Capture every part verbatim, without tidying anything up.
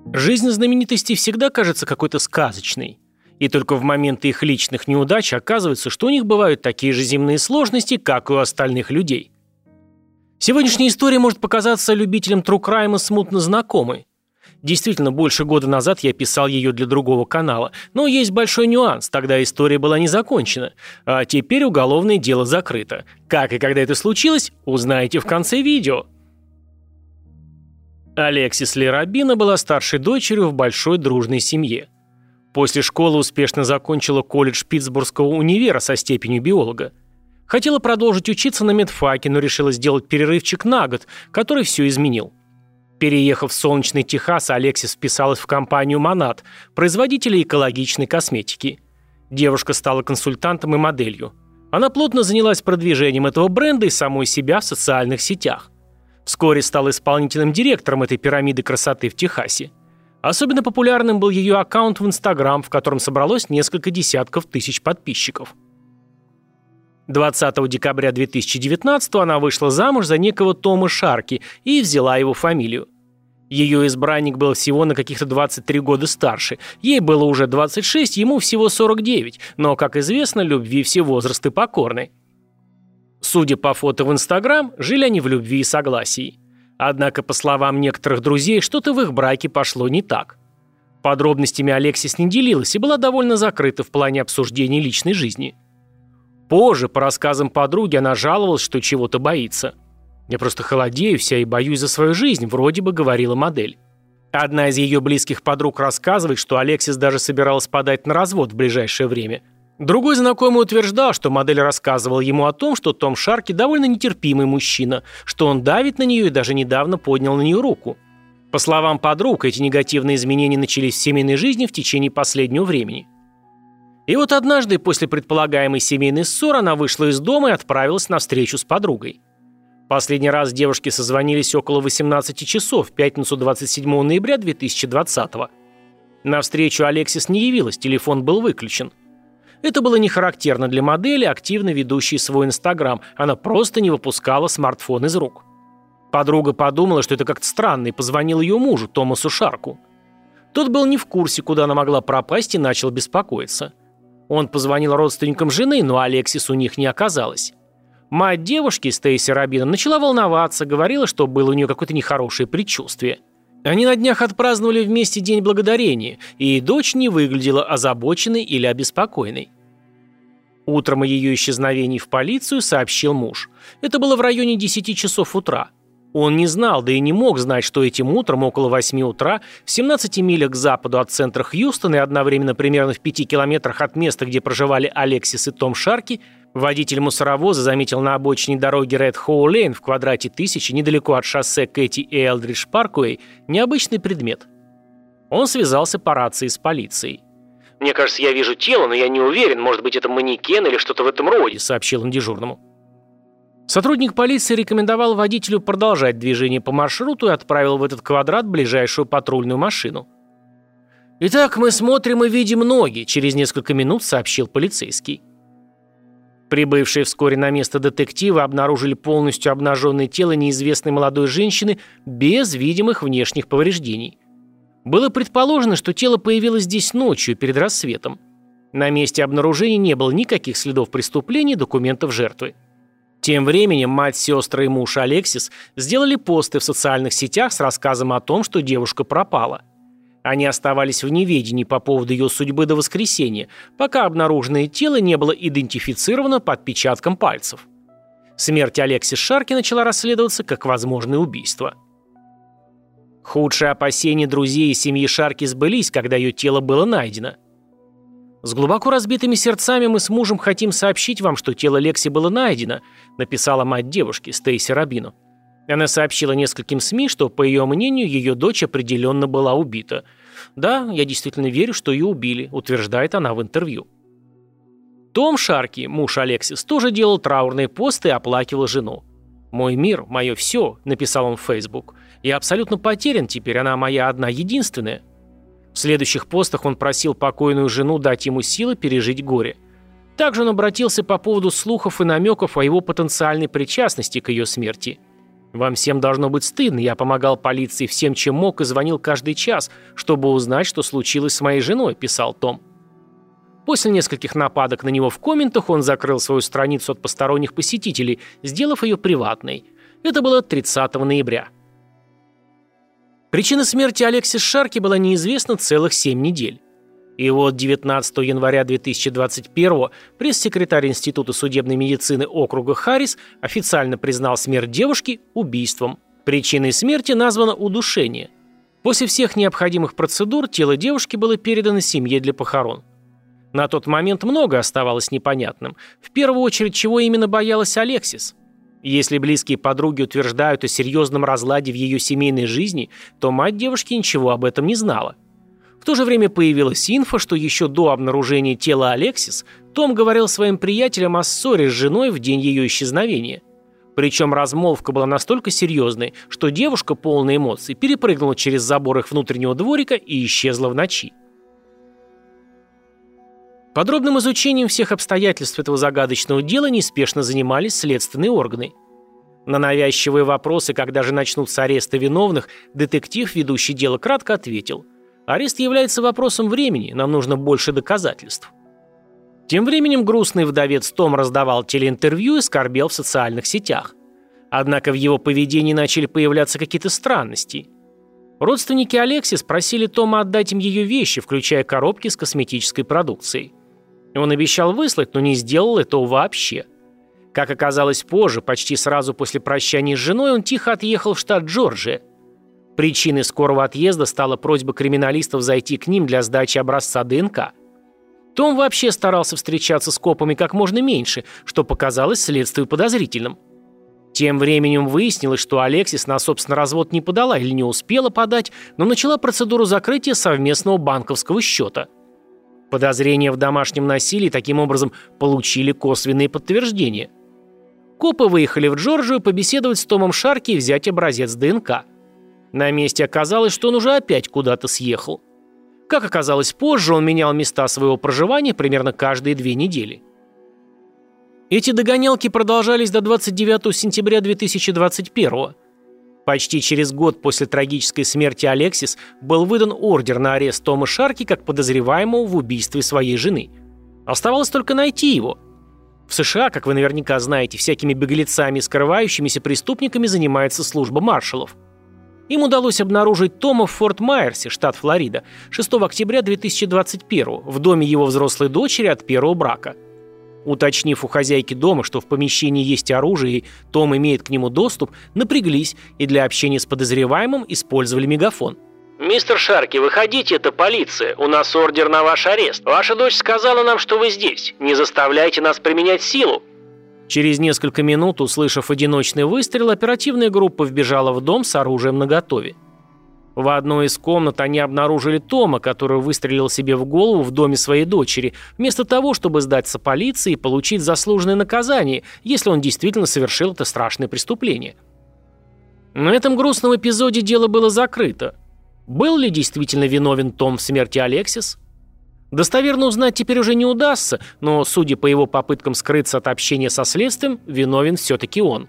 Жизнь знаменитостей всегда кажется какой-то сказочной. И только в моменты их личных неудач оказывается, что у них бывают такие же земные сложности, как и у остальных людей. Сегодняшняя история может показаться любителям True Crime смутно знакомой. Действительно, больше года назад я писал ее для другого канала, но есть большой нюанс, тогда история была не закончена, а теперь уголовное дело закрыто. Как и когда это случилось, узнаете в конце видео. Алексис Ли Рабино была старшей дочерью в большой дружной семье. После школы успешно закончила колледж Питтсбургского универа со степенью биолога. Хотела продолжить учиться на медфаке, но решила сделать перерывчик на год, который все изменил. Переехав в солнечный Техас, Алексис вписалась в компанию «Монат», производителя экологичной косметики. Девушка стала консультантом и моделью. Она плотно занялась продвижением этого бренда и самой себя в социальных сетях. Вскоре стала исполнительным директором этой пирамиды красоты в Техасе. Особенно популярным был ее аккаунт в Инстаграм, в котором собралось несколько десятков тысяч подписчиков. двадцатого декабря две тысячи девятнадцатого она вышла замуж за некого Тома Шарки и взяла его фамилию. Ее избранник был всего на каких-то двадцать три года старше. Ей было уже двадцать шесть, ему всего сорок девять, но, как известно, любви все возрасты покорны. Судя по фото в Инстаграм, жили они в любви и согласии. Однако, по словам некоторых друзей, что-то в их браке пошло не так. Подробностями Алексис не делилась и была довольно закрыта в плане обсуждения личной жизни. Позже, по рассказам подруги, она жаловалась, что чего-то боится. «Я просто холодею вся и боюсь за свою жизнь», вроде бы говорила модель. Одна из ее близких подруг рассказывает, что Алексис даже собиралась подать на развод в ближайшее время. Другой знакомый утверждал, что модель рассказывала ему о том, что Том Шарки довольно нетерпимый мужчина, что он давит на нее и даже недавно поднял на нее руку. По словам подруг, эти негативные изменения начались в семейной жизни в течение последнего времени. И вот однажды, после предполагаемой семейной ссоры, она вышла из дома и отправилась на встречу с подругой. Последний раз девушки созвонились около восемнадцати часов в пятницу двадцать седьмого ноября две тысячи двадцатого. На встречу Алексис не явилась, телефон был выключен. Это было не характерно для модели, активно ведущей свой Инстаграм. Она просто не выпускала смартфон из рук. Подруга подумала, что это как-то странно, и позвонила ее мужу, Томасу Шарку. Тот был не в курсе, куда она могла пропасть, и начал беспокоиться. Он позвонил родственникам жены, но Алексис у них не оказалось. Мать девушки, Стейси Рабино, начала волноваться, говорила, что было у нее какое-то нехорошее предчувствие. Они на днях отпраздновали вместе День Благодарения, и дочь не выглядела озабоченной или обеспокоенной. Утром о ее исчезновении в полицию сообщил муж. Это было в районе десяти часов утра. Он не знал, да и не мог знать, что этим утром около восьми утра в семнадцати милях к западу от центра Хьюстона и одновременно примерно в пяти километрах от места, где проживали Алексис и Том Шарки, водитель мусоровоза заметил на обочине дороги Ред Хоу Лейн в квадрате тысячи, недалеко от шоссе Кэти и Элдридж Паркуэй, необычный предмет. Он связался по рации с полицией. «Мне кажется, я вижу тело, но я не уверен, может быть, это манекен или что-то в этом роде», сообщил он дежурному. Сотрудник полиции рекомендовал водителю продолжать движение по маршруту и отправил в этот квадрат ближайшую патрульную машину. «Итак, мы смотрим и видим ноги», через несколько минут сообщил полицейский. Прибывшие вскоре на место детективы обнаружили полностью обнаженное тело неизвестной молодой женщины без видимых внешних повреждений. Было предположено, что тело появилось здесь ночью, перед рассветом. На месте обнаружения не было никаких следов преступления и документов жертвы. Тем временем мать, сестры и муж Алексис сделали посты в социальных сетях с рассказом о том, что девушка пропала. Они оставались в неведении по поводу ее судьбы до воскресенья, пока обнаруженное тело не было идентифицировано по отпечаткам пальцев. Смерть Алексис Шарки начала расследоваться как возможное убийство. Худшие опасения друзей и семьи Шарки сбылись, когда ее тело было найдено. «С глубоко разбитыми сердцами мы с мужем хотим сообщить вам, что тело Лекси было найдено», написала мать девушки, Стейси Рабино. Она сообщила нескольким СМИ, что, по ее мнению, ее дочь определенно была убита. «Да, я действительно верю, что ее убили», утверждает она в интервью. Том Шарки, муж Алексис, тоже делал траурные посты и оплакивал жену. «Мой мир, мое все», написал он в Facebook. «Я абсолютно потерян теперь, она моя одна единственная». В следующих постах он просил покойную жену дать ему силы пережить горе. Также он обратился по поводу слухов и намеков о его потенциальной причастности к ее смерти. «Вам всем должно быть стыдно. Я помогал полиции всем, чем мог, и звонил каждый час, чтобы узнать, что случилось с моей женой», – писал Том. После нескольких нападок на него в комментах он закрыл свою страницу от посторонних посетителей, сделав ее приватной. Это было тридцатого ноября. Причина смерти Алексис Шарки была неизвестна целых семь недель. И вот девятнадцатого января две тысячи двадцать первого пресс-секретарь Института судебной медицины округа Харрис официально признал смерть девушки убийством. Причиной смерти названо удушение. После всех необходимых процедур тело девушки было передано семье для похорон. На тот момент многое оставалось непонятным. В первую очередь, чего именно боялась Алексис? Если близкие подруги утверждают о серьезном разладе в ее семейной жизни, то мать девушки ничего об этом не знала. В то же время появилась инфа, что еще до обнаружения тела Алексис Том говорил своим приятелям о ссоре с женой в день ее исчезновения. Причем размолвка была настолько серьезной, что девушка, полная эмоций, перепрыгнула через забор их внутреннего дворика и исчезла в ночи. Подробным изучением всех обстоятельств этого загадочного дела неспешно занимались следственные органы. На навязчивые вопросы, когда же начнутся аресты виновных, детектив, ведущий дело, кратко ответил: «Арест является вопросом времени, нам нужно больше доказательств». Тем временем грустный вдовец Том раздавал телеинтервью и скорбел в социальных сетях. Однако в его поведении начали появляться какие-то странности. Родственники Алексис просили Тома отдать им ее вещи, включая коробки с косметической продукцией. Он обещал выслать, но не сделал этого вообще. Как оказалось позже, почти сразу после прощания с женой, он тихо отъехал в штат Джорджия. Причиной скорого отъезда стала просьба криминалистов зайти к ним для сдачи образца ДНК. Том вообще старался встречаться с копами как можно меньше, что показалось следствию подозрительным. Тем временем выяснилось, что Алексис на собственный развод не подала или не успела подать, но начала процедуру закрытия совместного банковского счета. Подозрения в домашнем насилии таким образом получили косвенные подтверждения. Копы выехали в Джорджию побеседовать с Томом Шарки и взять образец ДНК. На месте оказалось, что он уже опять куда-то съехал. Как оказалось позже, он менял места своего проживания примерно каждые две недели. Эти догонялки продолжались до двадцать девятого сентября две тысячи двадцать первого. Почти через год после трагической смерти Алексис был выдан ордер на арест Тома Шарки как подозреваемого в убийстве своей жены. Оставалось только найти его. В США, как вы наверняка знаете, всякими беглецами и скрывающимися преступниками занимается служба маршалов. Им удалось обнаружить Тома в Форт-Майерсе, штат Флорида, шестого октября две тысячи двадцать первого, в доме его взрослой дочери от первого брака. Уточнив у хозяйки дома, что в помещении есть оружие и Том имеет к нему доступ, напряглись и для общения с подозреваемым использовали мегафон. «Мистер Шарки, выходите, это полиция. У нас ордер на ваш арест. Ваша дочь сказала нам, что вы здесь. Не заставляйте нас применять силу». Через несколько минут, услышав одиночный выстрел, оперативная группа вбежала в дом с оружием наготове. В одной из комнат они обнаружили Тома, который выстрелил себе в голову в доме своей дочери, вместо того, чтобы сдаться полиции и получить заслуженное наказание, если он действительно совершил это страшное преступление. На этом грустном эпизоде дело было закрыто. Был ли действительно виновен Том в смерти Алексис? Достоверно узнать теперь уже не удастся, но, судя по его попыткам скрыться от общения со следствием, виновен все-таки он.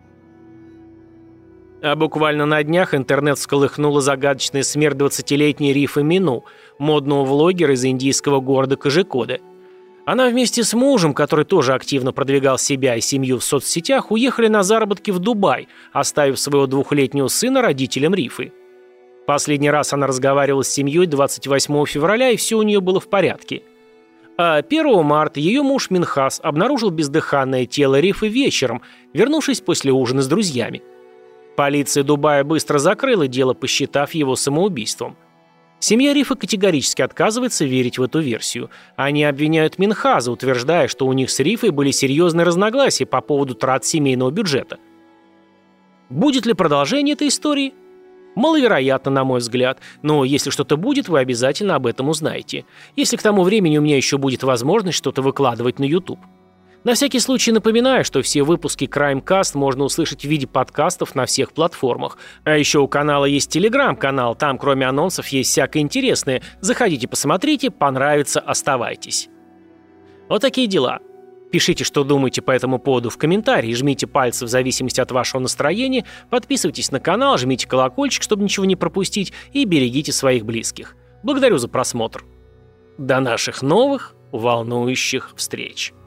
А буквально на днях интернет всколыхнула загадочная смерть двадцатилетней Рифы Мину, модного влогера из индийского города Кожикоде. Она вместе с мужем, который тоже активно продвигал себя и семью в соцсетях, уехали на заработки в Дубай, оставив своего двухлетнего сына родителям Рифы. Последний раз она разговаривала с семьей двадцать восьмого февраля, и все у нее было в порядке. А первого марта ее муж Минхас обнаружил бездыханное тело Рифы вечером, вернувшись после ужина с друзьями. Полиция Дубая быстро закрыла дело, посчитав его самоубийством. Семья Рифы категорически отказывается верить в эту версию. Они обвиняют Минхаза, утверждая, что у них с Рифой были серьезные разногласия по поводу трат семейного бюджета. Будет ли продолжение этой истории? Маловероятно, на мой взгляд, но если что-то будет, вы обязательно об этом узнаете. Если к тому времени у меня еще будет возможность что-то выкладывать на YouTube. На всякий случай напоминаю, что все выпуски Crimecast можно услышать в виде подкастов на всех платформах. А еще у канала есть телеграм-канал, там кроме анонсов есть всякое интересное. Заходите, посмотрите, понравится, оставайтесь. Вот такие дела. Пишите, что думаете по этому поводу в комментарии, жмите пальцы в зависимости от вашего настроения, подписывайтесь на канал, жмите колокольчик, чтобы ничего не пропустить, и берегите своих близких. Благодарю за просмотр. До наших новых волнующих встреч!